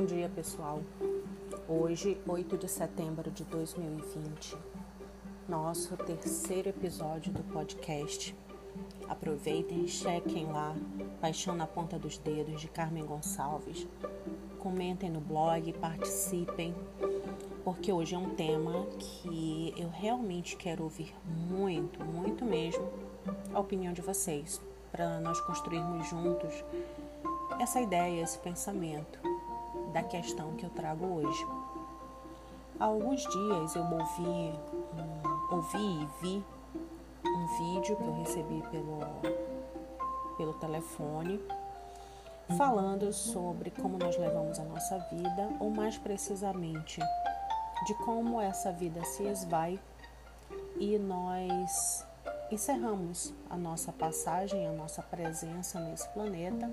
Bom dia, pessoal. Hoje, 8 de setembro de 2020, nosso terceiro episódio do podcast. Aproveitem e chequem lá Paixão na Ponta dos Dedos, de Carmen Gonçalves. Comentem no blog, participem, porque hoje é um tema que eu realmente quero ouvir muito mesmo a opinião de vocês, para nós construirmos juntos essa ideia, esse pensamento da questão que eu trago hoje. Há alguns dias eu ouvi e vi um vídeo que eu recebi pelo telefone, falando sobre como nós levamos a nossa vida, ou mais precisamente, de como essa vida se esvai e nós encerramos a nossa passagem, a nossa presença nesse planeta.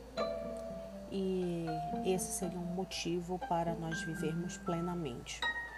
E esse seria um motivo para nós vivermos plenamente.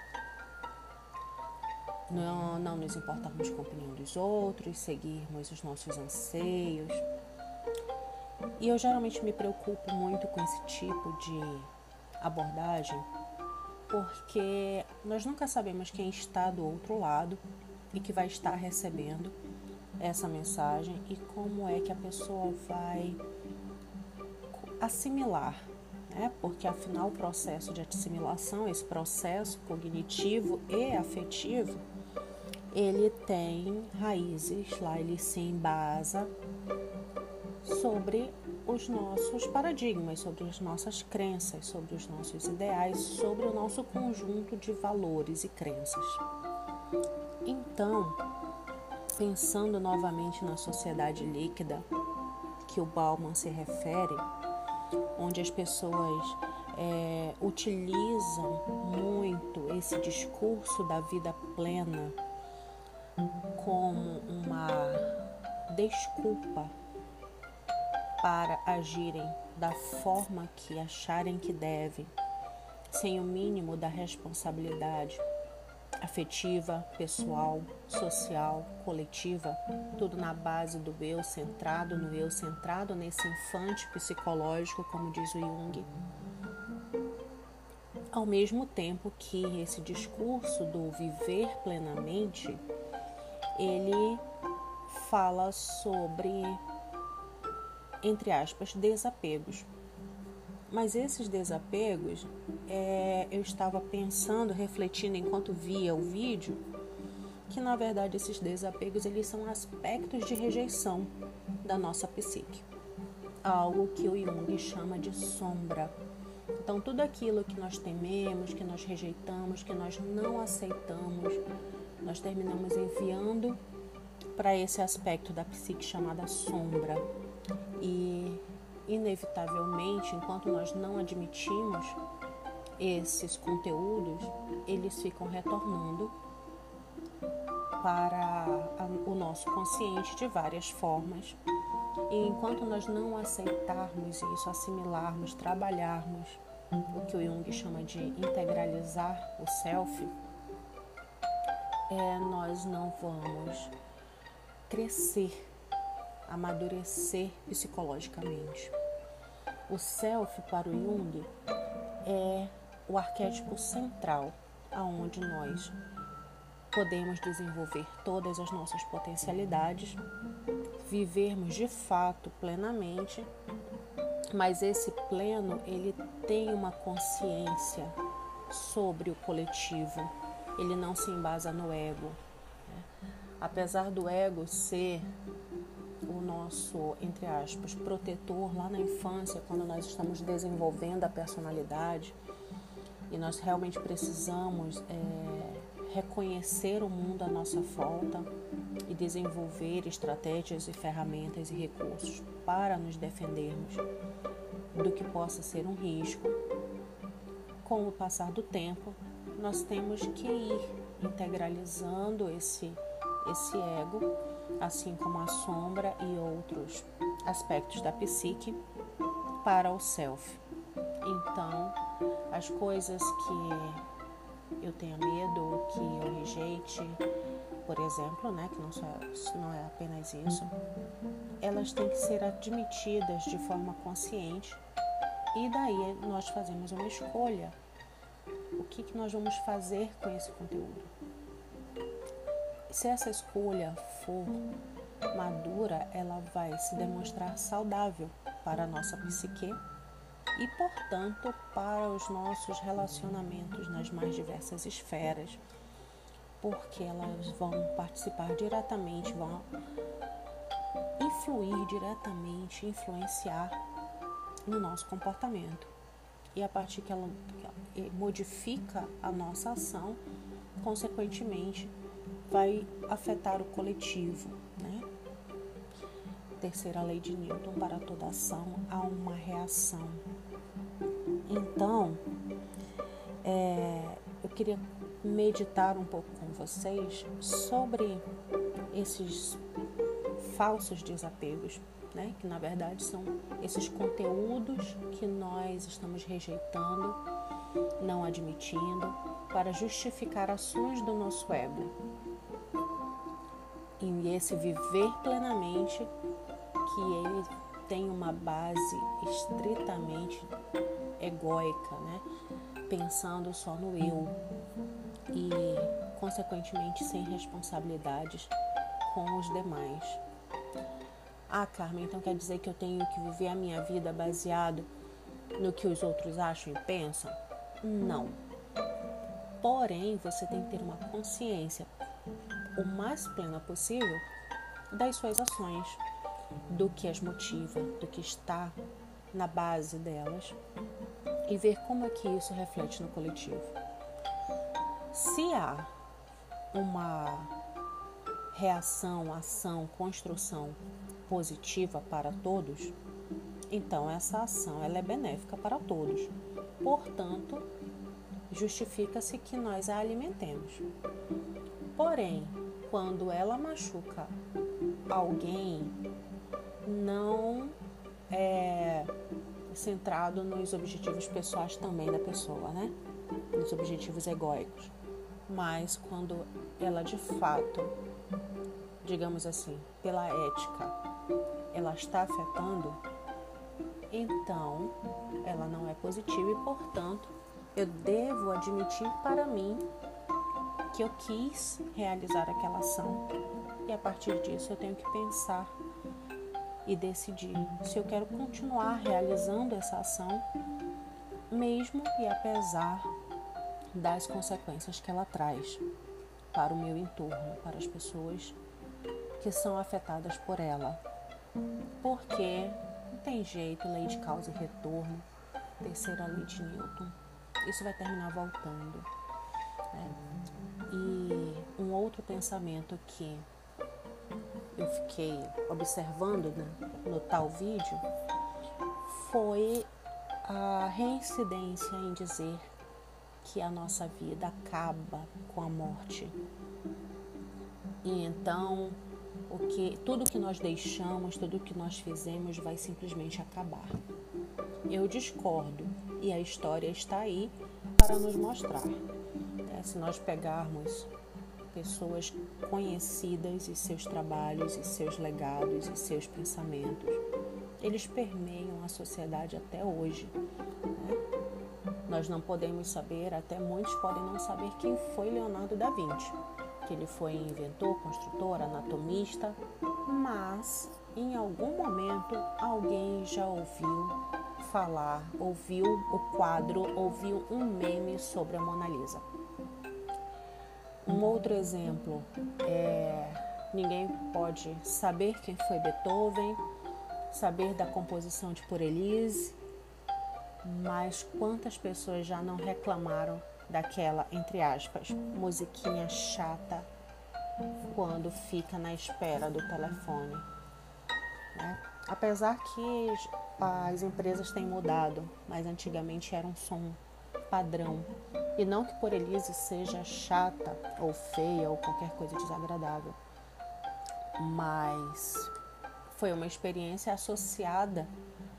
Não nos importarmos com a opinião dos outros, seguirmos os nossos anseios. E eu geralmente me preocupo muito com esse tipo de abordagem, porque nós nunca sabemos quem está do outro lado e que vai estar recebendo essa mensagem e como é que a pessoa vai assimilar, né? Porque afinal o processo de assimilação, esse processo cognitivo e afetivo, ele tem raízes lá, ele se embasa sobre os nossos paradigmas, sobre as nossas crenças, sobre os nossos ideais, sobre o nosso conjunto de valores e crenças. Então, pensando novamente na sociedade líquida que o Bauman se refere, onde as pessoas utilizam muito esse discurso da vida plena como uma desculpa para agirem da forma que acharem que devem, sem o mínimo da responsabilidade afetiva, pessoal, social, coletiva, tudo na base do eu centrado, no eu centrado, nesse infante psicológico, como diz o Jung. Ao mesmo tempo que esse discurso do viver plenamente, ele fala sobre, entre aspas, desapegos. Mas esses desapegos, eu estava pensando, refletindo enquanto via o vídeo, que na verdade esses desapegos eles são aspectos de rejeição da nossa psique. Algo que o Jung chama de sombra. Então tudo aquilo que nós tememos, que nós rejeitamos, que nós não aceitamos, nós terminamos enviando para esse aspecto da psique chamada sombra. E inevitavelmente, enquanto nós não admitimos esses conteúdos, eles ficam retornando para o nosso consciente de várias formas. E enquanto nós não aceitarmos isso, assimilarmos, trabalharmos o que o Jung chama de integralizar o self, nós não vamos crescer, amadurecer psicologicamente. O self, para o Jung, é o arquétipo central, aonde nós podemos desenvolver todas as nossas potencialidades, vivermos de fato plenamente, mas esse pleno, ele tem uma consciência sobre o coletivo, ele não se embasa no ego. Apesar do ego ser o nosso, entre aspas, protetor lá na infância, quando nós estamos desenvolvendo a personalidade e nós realmente precisamos reconhecer o mundo à nossa volta e desenvolver estratégias e ferramentas e recursos para nos defendermos do que possa ser um risco. Com o passar do tempo, nós temos que ir integralizando esse ego, assim como a sombra e outros aspectos da psique, para o self. Então, as coisas que eu tenha medo, que eu rejeite, por exemplo, né, que não é apenas isso, elas têm que ser admitidas de forma consciente E daí nós fazemos uma escolha. O que nós vamos fazer com esse conteúdo? Se essa escolha for madura, ela vai se demonstrar saudável para a nossa psique e, portanto, para os nossos relacionamentos nas mais diversas esferas, porque elas vão participar diretamente, vão influir diretamente, influenciar no nosso comportamento. E a partir que ela modifica a nossa ação, consequentemente, vai afetar o coletivo, né? Terceira lei de Newton: para toda ação há uma reação. Então, eu queria meditar um pouco com vocês sobre esses falsos desapegos, né? Que na verdade são esses conteúdos que nós estamos rejeitando, não admitindo, para justificar ações do nosso ego. E esse viver plenamente, que ele tem uma base estritamente egóica, né? Pensando só no eu e, consequentemente, sem responsabilidades com os demais. Ah, Carmen, então quer dizer que eu tenho que viver a minha vida baseado no que os outros acham e pensam? Não. Porém, você tem que ter uma consciência o mais plena possível das suas ações, do que as motiva, do que está na base delas, e ver como é que isso reflete no coletivo. Se há uma reação, ação, construção positiva para todos, então essa ação ela é benéfica para todos. Portanto, justifica-se que nós a alimentemos. Porém, quando ela machuca alguém, não é centrado nos objetivos pessoais também da pessoa, né? Nos objetivos egóicos. Mas quando ela de fato, digamos assim, pela ética, ela está afetando, então ela não é positiva e, portanto, eu devo admitir para mim que eu quis realizar aquela ação e a partir disso eu tenho que pensar e decidir se eu quero continuar realizando essa ação, mesmo e apesar das consequências que ela traz para o meu entorno, para as pessoas que são afetadas por ela. Porque não tem jeito, lei de causa e retorno, terceira lei de Newton, isso vai terminar voltando, né? E um outro pensamento que eu fiquei observando, né, no tal vídeo foi a reincidência em dizer que a nossa vida acaba com a morte. E então, tudo que nós deixamos, tudo que nós fizemos vai simplesmente acabar. Eu discordo e a história está aí para nos mostrar. Se nós pegarmos pessoas conhecidas e seus trabalhos e seus legados e seus pensamentos, eles permeiam a sociedade até hoje, né? Nós não podemos saber, até muitos podem não saber quem foi Leonardo da Vinci, que ele foi inventor, construtor, anatomista, mas em algum momento alguém já ouviu falar, ouviu o quadro, ouviu um meme sobre a Mona Lisa. Um outro exemplo ninguém pode saber quem foi Beethoven, saber da composição de Por Elise, mas quantas pessoas já não reclamaram daquela, entre aspas, musiquinha chata quando fica na espera do telefone, né? Apesar que as empresas têm mudado, mas antigamente era um som padrão. E não que Por Elise seja chata ou feia ou qualquer coisa desagradável, mas foi uma experiência associada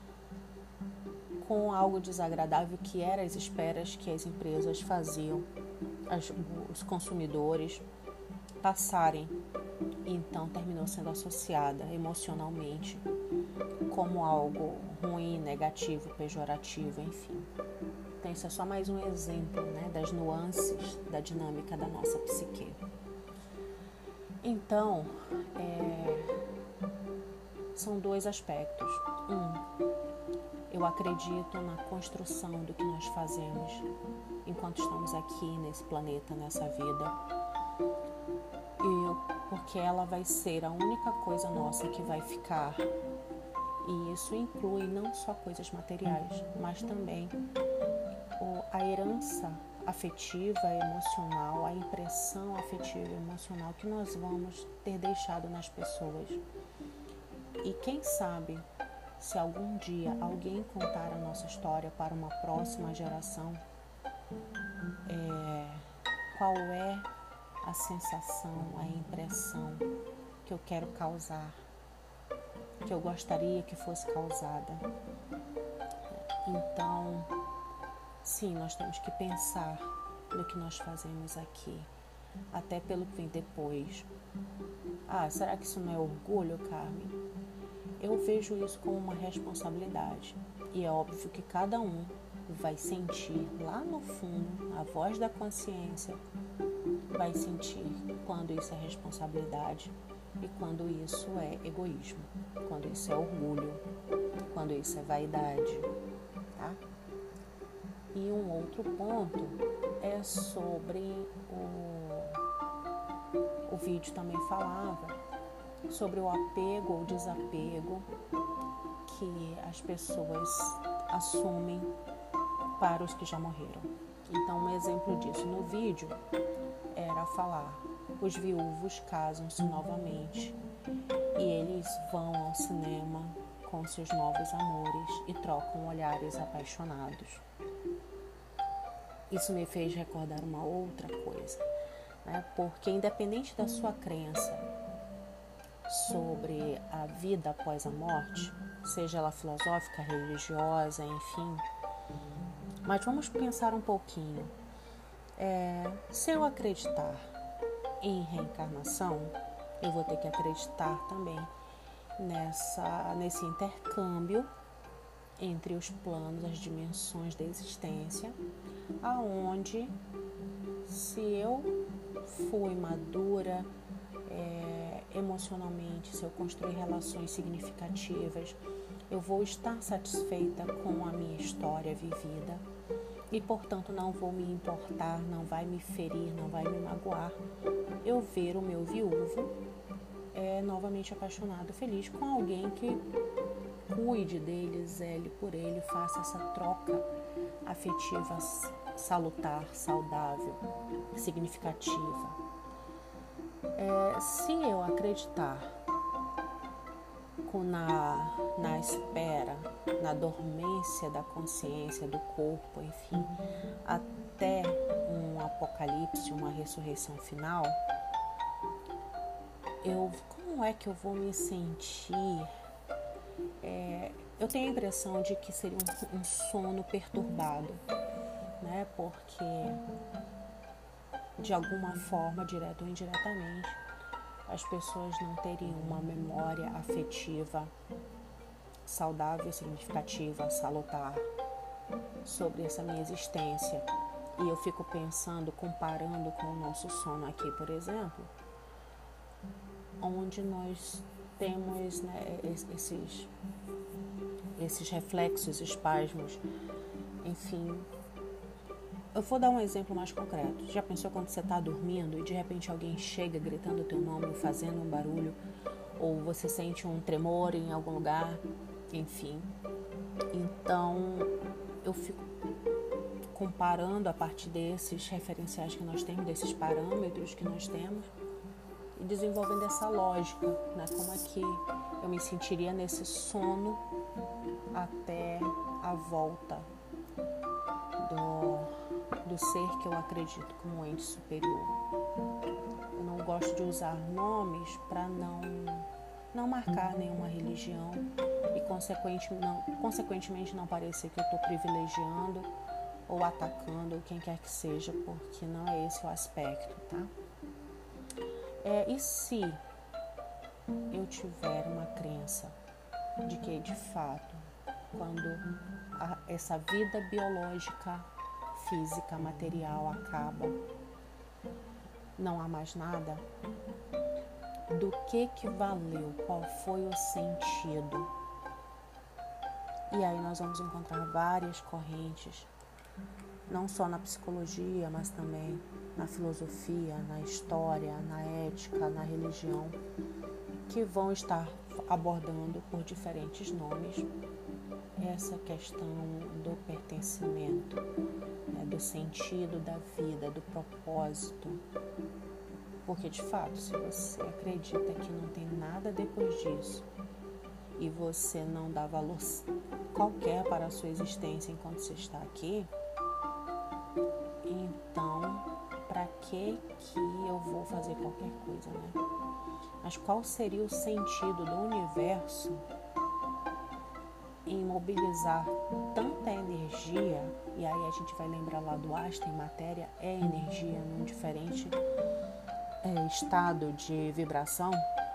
com algo desagradável que eram as esperas que as empresas faziam, os consumidores passarem então terminou sendo associada emocionalmente como algo ruim, negativo, pejorativo, enfim. Então isso é só mais um exemplo, né, das nuances da dinâmica da nossa psique. Então, são dois aspectos. Eu acredito na construção do que nós fazemos enquanto estamos aqui nesse planeta, nessa vida. Porque ela vai ser a única coisa nossa que vai ficar. E isso inclui não só coisas materiais, mas também a herança afetiva, emocional, a impressão afetiva e emocional que nós vamos ter deixado nas pessoas. E quem sabe, se algum dia alguém contar a nossa história para uma próxima geração, qual é a sensação, a impressão que eu quero causar, que eu gostaria que fosse causada. Então, sim, nós temos que pensar no que nós fazemos aqui, até pelo que vem depois. Será que isso não é orgulho, Carmen? Eu vejo isso como uma responsabilidade. E é óbvio que cada um vai sentir lá no fundo, a voz da consciência vai sentir quando isso é responsabilidade e quando isso é egoísmo, quando isso é orgulho, quando isso é vaidade, tá? E um outro ponto é sobre o vídeo também falava sobre o apego ou desapego que as pessoas assumem para os que já morreram. Então, um exemplo disso no vídeo era falar: os viúvos casam-se novamente e eles vão ao cinema com seus novos amores e trocam olhares apaixonados. Isso me fez recordar uma outra coisa, né? Porque independente da sua crença sobre a vida após a morte, seja ela filosófica, religiosa, enfim, mas vamos pensar um pouquinho. Se eu acreditar em reencarnação, eu vou ter que acreditar também nesse intercâmbio entre os planos, as dimensões da existência, aonde, se eu fui madura emocionalmente, se eu construir relações significativas, eu vou estar satisfeita com a minha história vivida e, portanto, não vou me importar, não vai me ferir, não vai me magoar eu ver o meu viúvo novamente apaixonado, feliz com alguém que cuide dele, zele por ele, faça essa troca afetiva salutar, saudável, significativa. Se eu acreditar na espera, na dormência da consciência, do corpo, enfim, até um apocalipse, uma ressurreição final, como é que eu vou me sentir? Eu tenho a impressão de que seria um sono perturbado, né? Porque, de alguma forma, direta ou indiretamente, as pessoas não teriam uma memória afetiva saudável, significativa, salutar sobre essa minha existência. E eu fico pensando, comparando com o nosso sono aqui, por exemplo, onde nós temos, né, esses reflexos, espasmos, enfim. Eu vou dar um exemplo mais concreto. Já pensou quando você está dormindo e de repente alguém chega gritando o teu nome, fazendo um barulho, ou você sente um tremor em algum lugar, enfim. Então, eu fico comparando a partir desses referenciais que nós temos, desses parâmetros que nós temos, e desenvolvendo essa lógica, né? Como é que eu me sentiria nesse sono até a volta do ser que eu acredito como ente superior. Eu não gosto de usar nomes para não marcar nenhuma religião e consequentemente não parecer que eu estou privilegiando ou atacando quem quer que seja, porque não é esse o aspecto, tá? E se eu tiver uma crença de que, de fato, quando essa vida biológica, física, material acaba, não há mais nada, do que valeu, qual foi o sentido? E aí nós vamos encontrar várias correntes, não só na psicologia, mas também na filosofia, na história, na ética, na religião, que vão estar abordando por diferentes nomes essa questão do pertencimento, do sentido da vida, do propósito. Porque, de fato, se você acredita que não tem nada depois disso e você não dá valor qualquer para a sua existência enquanto você está aqui, então, para que eu vou fazer qualquer coisa, né? Mas qual seria o sentido do universo em mobilizar tanta energia? E aí a gente vai lembrar lá do Einstein, matéria é energia num diferente estado de vibração.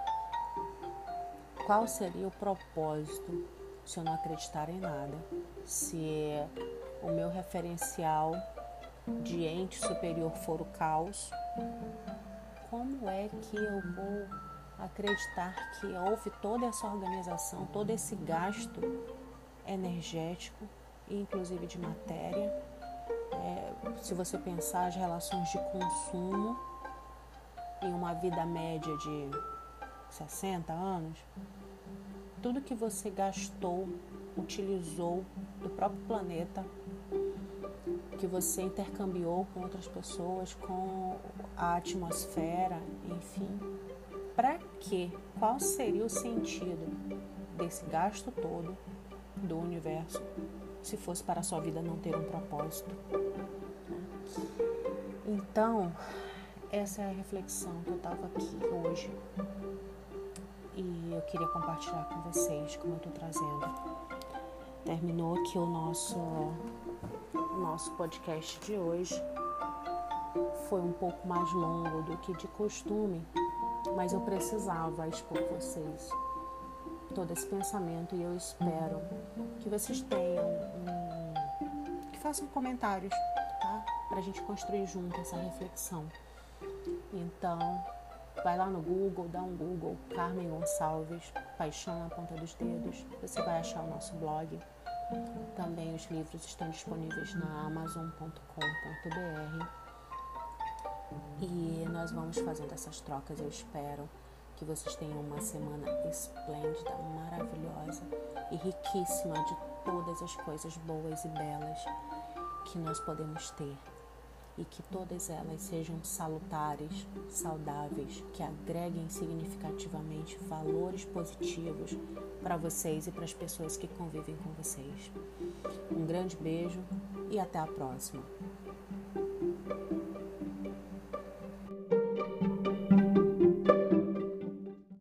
Qual seria o propósito se eu não acreditar em nada? Se o meu referencial de ente superior for o caos, como é que eu vou acreditar que houve toda essa organização, todo esse gasto energético e inclusive de matéria? Se você pensar as relações de consumo em uma vida média de 60 anos, tudo que você gastou, utilizou do próprio planeta, que você intercambiou com outras pessoas, com a atmosfera, enfim, para quê? Qual seria o sentido desse gasto todo do universo se fosse para a sua vida não ter um propósito? Então, essa é a reflexão que eu estava aqui hoje e eu queria compartilhar com vocês, como eu estou trazendo. Terminou aqui o nosso podcast de hoje. Foi um pouco mais longo do que de costume, mas eu precisava expor vocês todo esse pensamento e eu espero que vocês tenham que façam comentários, tá? Pra gente construir junto essa reflexão. Então, vai lá no Google, dá um Google, Carmen Gonçalves, Paixão na Ponta dos Dedos. Você vai achar o nosso blog. Também os livros estão disponíveis na amazon.com.br. E nós vamos fazendo essas trocas. Eu espero que vocês tenham uma semana esplêndida, maravilhosa e riquíssima de todas as coisas boas e belas que nós podemos ter. E que todas elas sejam salutares, saudáveis, que agreguem significativamente valores positivos para vocês e para as pessoas que convivem com vocês. Um grande beijo e até a próxima.